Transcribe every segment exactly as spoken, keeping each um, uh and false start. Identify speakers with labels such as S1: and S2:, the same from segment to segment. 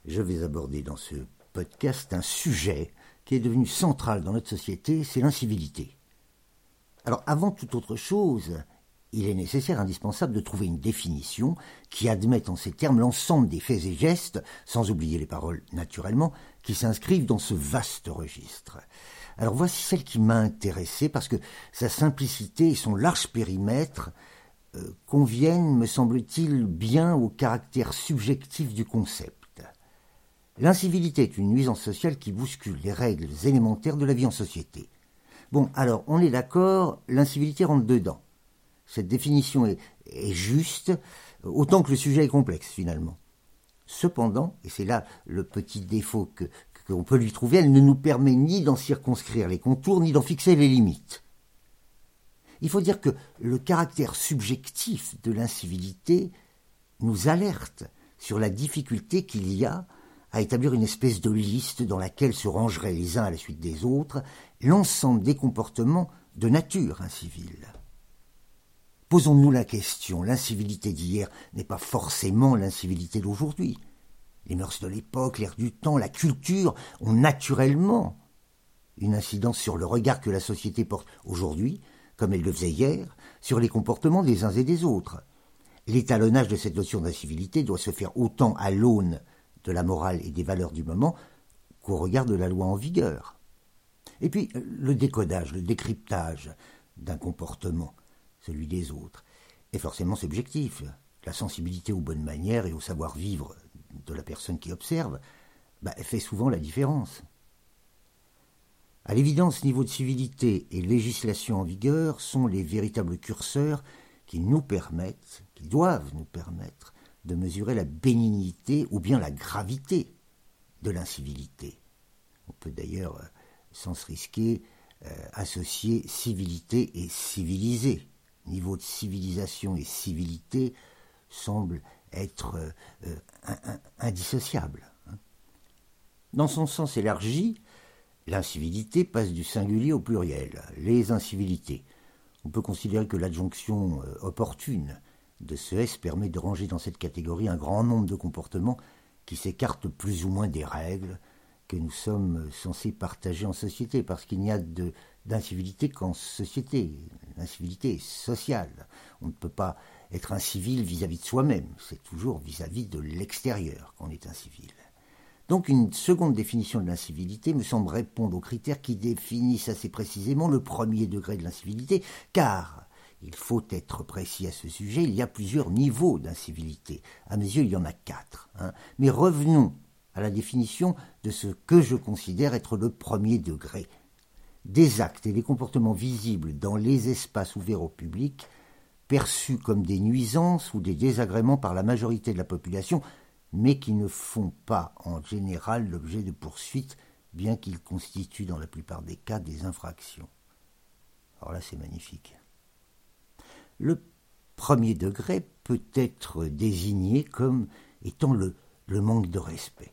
S1: Je vais aborder dans ce podcast un sujet qui est devenu central dans notre société, c'est l'incivilité. Alors, avant toute autre chose, il est nécessaire, indispensable, de trouver une définition qui admette en ces termes l'ensemble des faits et gestes, sans oublier les paroles, naturellement, qui s'inscrivent dans ce vaste registre. Alors voici celle qui m'a intéressé, parce que sa simplicité et son large périmètre euh, conviennent, me semble-t-il, bien au caractère subjectif du concept. L'incivilité est une nuisance sociale qui bouscule les règles élémentaires de la vie en société. Bon, alors, on est d'accord, l'incivilité rentre dedans. Cette définition est, est juste, autant que le sujet est complexe, finalement. Cependant, et c'est là le petit défaut que, qu'on peut lui trouver, elle ne nous permet ni d'en circonscrire les contours, ni d'en fixer les limites. Il faut dire que le caractère subjectif de l'incivilité nous alerte sur la difficulté qu'il y a à établir une espèce de liste dans laquelle se rangeraient les uns à la suite des autres l'ensemble des comportements de nature incivile. Posons-nous la question, l'incivilité d'hier n'est pas forcément l'incivilité d'aujourd'hui. Les mœurs de l'époque, l'air du temps, la culture ont naturellement une incidence sur le regard que la société porte aujourd'hui, comme elle le faisait hier, sur les comportements des uns et des autres. L'étalonnage de cette notion d'incivilité doit se faire autant à l'aune de la morale et des valeurs du moment qu'au regard de la loi en vigueur. Et puis, le décodage, le décryptage d'un comportement, celui des autres, est forcément subjectif. La sensibilité aux bonnes manières et au savoir-vivre de la personne qui observe bah, fait souvent la différence. À l'évidence, niveau de civilité et législation en vigueur sont les véritables curseurs qui nous permettent, qui doivent nous permettre, de mesurer la bénignité ou bien la gravité de l'incivilité. On peut d'ailleurs, euh, sans se risquer, euh, associer civilité et civilisé. Niveau de civilisation et civilité semble être euh, euh, un, un, indissociable. Hein. Dans son sens élargi, l'incivilité passe du singulier au pluriel, les incivilités. On peut considérer que l'adjonction euh, opportune de ce S permet de ranger dans cette catégorie un grand nombre de comportements qui s'écartent plus ou moins des règles que nous sommes censés partager en société, parce qu'il n'y a de, d'incivilité qu'en société. L'incivilité est sociale. On ne peut pas être incivil vis-à-vis de soi-même. C'est toujours vis-à-vis de l'extérieur qu'on est incivil. Donc une seconde définition de l'incivilité me semble répondre aux critères qui définissent assez précisément le premier degré de l'incivilité, car il faut être précis à ce sujet, il y a plusieurs niveaux d'incivilité. À mes yeux, il y en a quatre. Hein. Mais revenons à la définition de ce que je considère être le premier degré. Des actes et des comportements visibles dans les espaces ouverts au public, perçus comme des nuisances ou des désagréments par la majorité de la population, mais qui ne font pas en général l'objet de poursuites, bien qu'ils constituent dans la plupart des cas des infractions. Alors là, c'est magnifique. Le premier degré peut être désigné comme étant le, le manque de respect.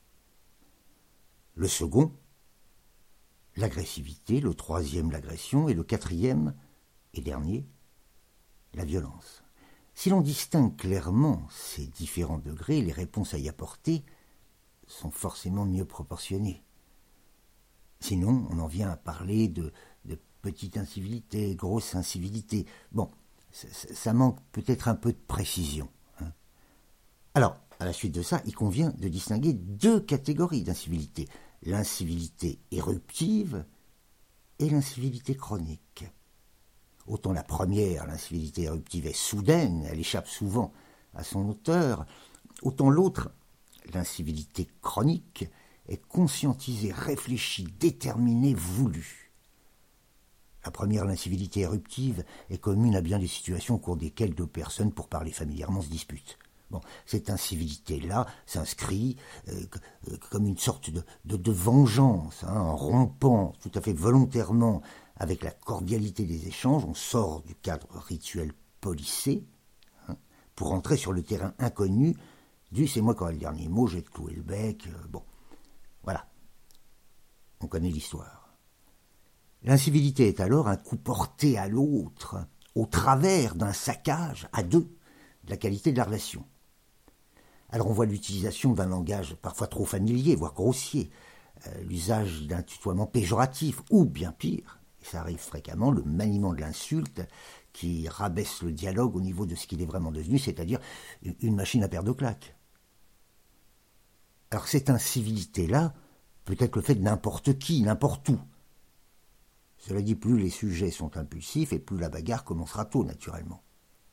S1: Le second, l'agressivité, le troisième, l'agression, et le quatrième et dernier, la violence. Si l'on distingue clairement ces différents degrés, les réponses à y apporter sont forcément mieux proportionnées. Sinon, on en vient à parler de, de petite incivilité, grosse incivilité. Bon, ça, ça manque peut-être un peu de précision. Hein. Alors, à la suite de ça, il convient de distinguer deux catégories d'incivilité. L'incivilité éruptive et l'incivilité chronique. Autant la première, l'incivilité éruptive, est soudaine, elle échappe souvent à son auteur, autant l'autre, l'incivilité chronique, est conscientisée, réfléchie, déterminée, voulue. La première, l'incivilité éruptive, est commune à bien des situations au cours desquelles deux personnes, pour parler familièrement, se disputent. Bon, cette incivilité-là s'inscrit euh, comme une sorte de, de, de vengeance, hein, en rompant tout à fait volontairement avec la cordialité des échanges. On sort du cadre rituel policé, hein, pour entrer sur le terrain inconnu du « c'est moi qui aurai le dernier mot, je vais te clouer le bec euh, ». Bon, voilà, on connaît l'histoire. L'incivilité est alors un coup porté à l'autre, au travers d'un saccage à deux de la qualité de la relation. Alors on voit l'utilisation d'un langage parfois trop familier, voire grossier, euh, l'usage d'un tutoiement péjoratif, ou bien pire, et ça arrive fréquemment, le maniement de l'insulte qui rabaisse le dialogue au niveau de ce qu'il est vraiment devenu, c'est-à-dire une machine à paire de claques. Alors cette incivilité-là peut être le fait de n'importe qui, n'importe où. Cela dit, plus les sujets sont impulsifs et plus la bagarre commencera tôt, naturellement.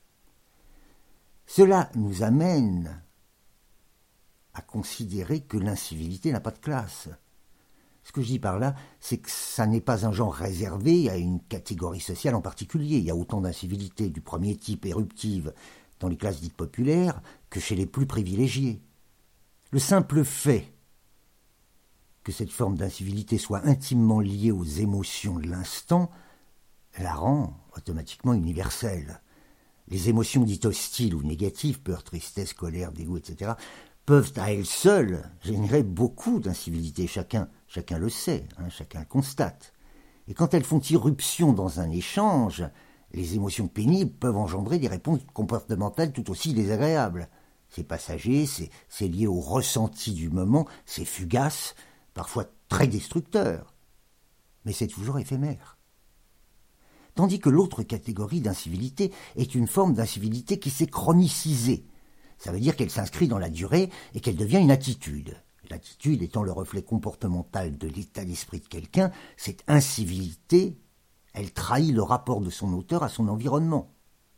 S1: Cela nous amène à considérer que l'incivilité n'a pas de classe. Ce que je dis par là, c'est que ça n'est pas un genre réservé à une catégorie sociale en particulier. Il y a autant d'incivilité du premier type éruptive dans les classes dites populaires que chez les plus privilégiés. Le simple fait que cette forme d'incivilité soit intimement liée aux émotions de l'instant la rend automatiquement universelle. Les émotions dites hostiles ou négatives, peur, tristesse, colère, dégoût, et cetera, peuvent à elles seules générer beaucoup d'incivilité. Chacun, chacun le sait, hein, chacun le constate. Et quand elles font irruption dans un échange, les émotions pénibles peuvent engendrer des réponses comportementales tout aussi désagréables. C'est passager, c'est, c'est lié au ressenti du moment, c'est fugace, parfois très destructeur. Mais c'est toujours éphémère. Tandis que l'autre catégorie d'incivilité est une forme d'incivilité qui s'est chronicisée. Ça veut dire qu'elle s'inscrit dans la durée et qu'elle devient une attitude. L'attitude étant le reflet comportemental de l'état d'esprit de quelqu'un, cette incivilité, elle trahit le rapport de son auteur à son environnement.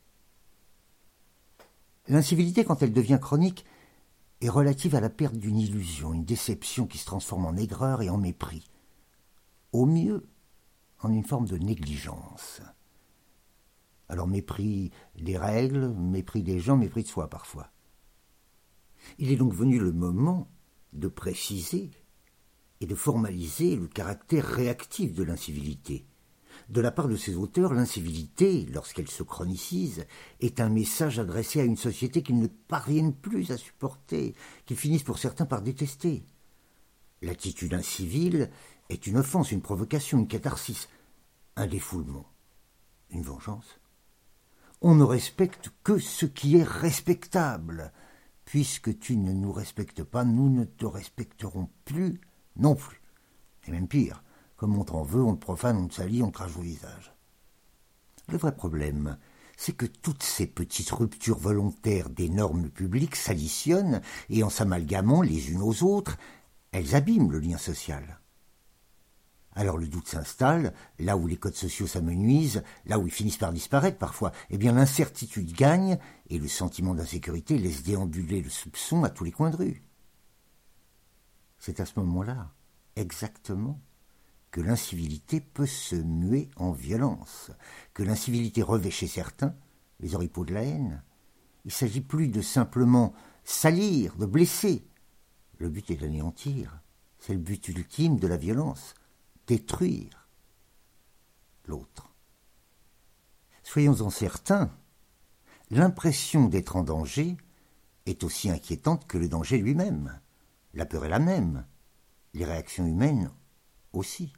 S1: L'incivilité, quand elle devient chronique, est relative à la perte d'une illusion, une déception qui se transforme en aigreur et en mépris. Au mieux, en une forme de négligence. Alors mépris des règles, mépris des gens, mépris de soi parfois. Il est donc venu le moment de préciser et de formaliser le caractère réactif de l'incivilité. De la part de ses auteurs, l'incivilité, lorsqu'elle se chronicise, est un message adressé à une société qu'ils ne parviennent plus à supporter, qu'ils finissent pour certains par détester. L'attitude incivile est une offense, une provocation, une catharsis, un défoulement, une vengeance. On ne respecte que ce qui est respectable. Puisque tu ne nous respectes pas, nous ne te respecterons plus non plus. Et même pire, comme on t'en veut, on te profane, on te salit, on te crache au visage. Le vrai problème, c'est que toutes ces petites ruptures volontaires des normes publiques s'additionnent et en s'amalgamant les unes aux autres, elles abîment le lien social. Alors le doute s'installe, là où les codes sociaux s'amenuisent, là où ils finissent par disparaître parfois, eh bien l'incertitude gagne et le sentiment d'insécurité laisse déambuler le soupçon à tous les coins de rue. C'est à ce moment-là, exactement, que l'incivilité peut se muer en violence, que l'incivilité revêt chez certains les oripeaux de la haine. Il ne s'agit plus de simplement salir, de blesser. Le but est d'anéantir. C'est le but ultime de la violence. Détruire l'autre. Soyons-en certains, l'impression d'être en danger est aussi inquiétante que le danger lui-même. La peur est la même, les réactions humaines aussi.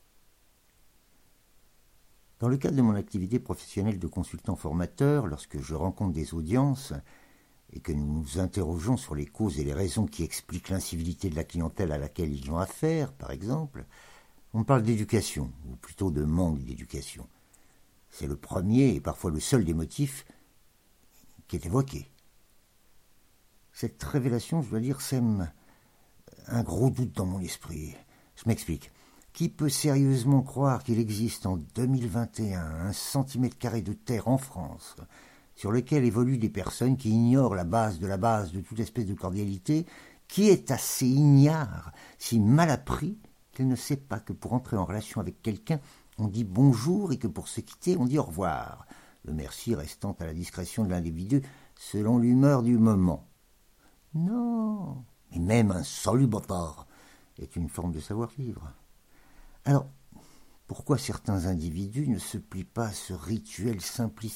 S1: Dans le cadre de mon activité professionnelle de consultant formateur, lorsque je rencontre des audiences et que nous nous interrogeons sur les causes et les raisons qui expliquent l'incivilité de la clientèle à laquelle ils ont affaire, par exemple, on parle d'éducation, ou plutôt de manque d'éducation. C'est le premier et parfois le seul des motifs qui est évoqué. Cette révélation, je dois dire, sème un gros doute dans mon esprit. Je m'explique. Qui peut sérieusement croire qu'il existe en deux mille vingt et un un centimètre carré de terre en France sur lequel évoluent des personnes qui ignorent la base de la base de toute espèce de cordialité, qui est assez ignare, si mal appris, qu'il ne sait pas que pour entrer en relation avec quelqu'un, on dit bonjour et que pour se quitter, on dit au revoir, le merci restant à la discrétion de l'individu selon l'humeur du moment. Non, mais même un salut bâtard est une forme de savoir-vivre. Alors, pourquoi certains individus ne se plient pas à ce rituel simplissime ?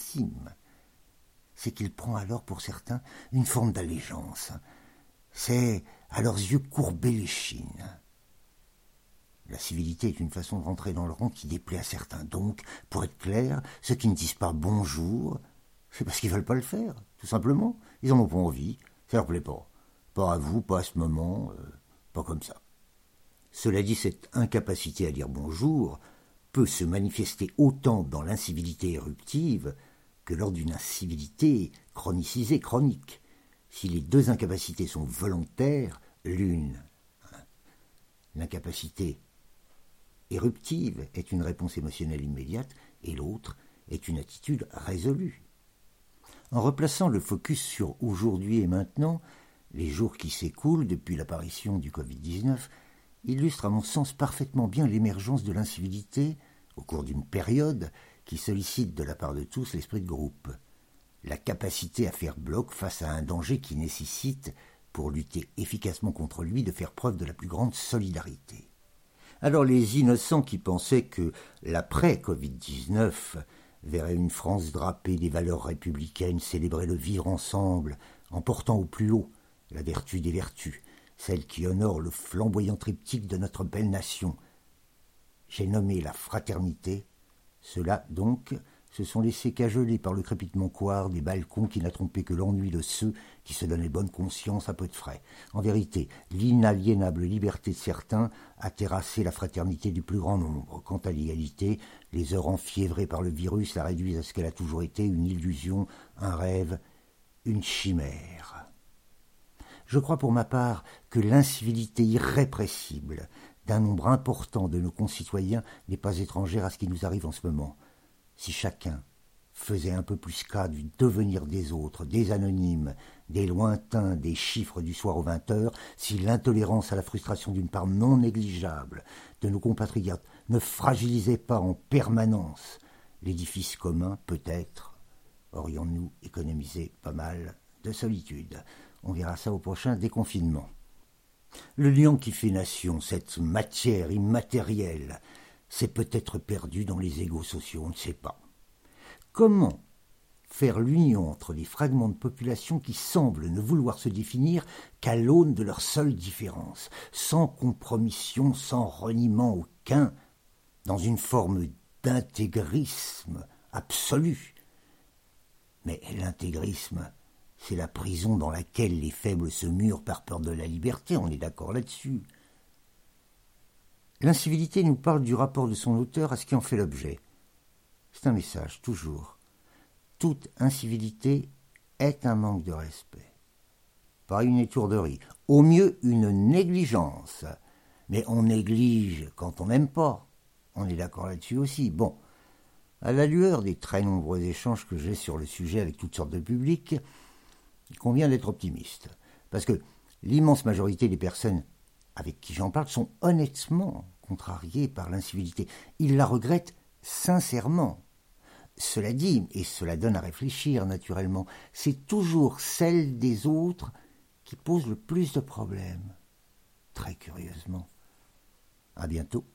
S1: C'est qu'il prend alors pour certains une forme d'allégeance. C'est à leurs yeux courber l'échine. La civilité est une façon de rentrer dans le rang qui déplaît à certains. Donc, pour être clair, ceux qui ne disent pas bonjour, c'est parce qu'ils ne veulent pas le faire, tout simplement. Ils en ont pas envie, ça leur plaît pas. Pas à vous, pas à ce moment, euh, pas comme ça. Cela dit, cette incapacité à dire bonjour peut se manifester autant dans l'incivilité éruptive que lors d'une incivilité chronicisée, chronique. Si les deux incapacités sont volontaires, l'une, hein, l'incapacité éruptive, est une réponse émotionnelle immédiate et l'autre est une attitude résolue. En replaçant le focus sur aujourd'hui et maintenant, les jours qui s'écoulent depuis l'apparition du covid dix-neuf illustrent à mon sens parfaitement bien l'émergence de l'incivilité au cours d'une période qui sollicite de la part de tous l'esprit de groupe, la capacité à faire bloc face à un danger qui nécessite, pour lutter efficacement contre lui, de faire preuve de la plus grande solidarité. Alors les innocents qui pensaient que l'après-covid dix-neuf verrait une France drapée des valeurs républicaines célébrer le vivre ensemble en portant au plus haut la vertu des vertus, celle qui honore le flamboyant triptyque de notre belle nation. J'ai nommé la fraternité. Ceux-là, donc, se sont laissés cajoler par le crépitement couard des balcons qui n'a trompé que l'ennui de ceux qui se donnaient bonne conscience à peu de frais. En vérité, l'inaliénable liberté de certains a terrassé la fraternité du plus grand nombre. Quant à l'égalité, les heures enfiévrées par le virus la réduisent à ce qu'elle a toujours été, une illusion, un rêve, une chimère. Je crois pour ma part que l'incivilité irrépressible d'un nombre important de nos concitoyens n'est pas étrangère à ce qui nous arrive en ce moment. Si chacun faisait un peu plus cas du devenir des autres, des anonymes, des lointains, des chiffres du soir aux vingt heures, si l'intolérance à la frustration d'une part non négligeable de nos compatriotes ne fragilisait pas en permanence l'édifice commun, peut-être aurions-nous économisé pas mal de solitude. On verra ça au prochain déconfinement. Le lion qui fait nation, cette matière immatérielle, s'est peut-être perdu dans les égos sociaux, on ne sait pas. Comment faire l'union entre des fragments de population qui semblent ne vouloir se définir qu'à l'aune de leur seule différence, sans compromission, sans reniement aucun, dans une forme d'intégrisme absolu? Mais l'intégrisme, c'est la prison dans laquelle les faibles se murent par peur de la liberté, on est d'accord là-dessus. L'incivilité nous parle du rapport de son auteur à ce qui en fait l'objet. C'est un message, toujours. Toute incivilité est un manque de respect. Pas une étourderie, au mieux une négligence. Mais on néglige quand on n'aime pas. On est d'accord là-dessus aussi. Bon, à la lueur des très nombreux échanges que j'ai sur le sujet avec toutes sortes de publics, il convient d'être optimiste. Parce que l'immense majorité des personnes avec qui j'en parle sont honnêtement contrariés par l'incivilité. Ils la regrettent sincèrement. Cela dit, et cela donne à réfléchir naturellement, c'est toujours celle des autres qui pose le plus de problèmes. Très curieusement. À bientôt.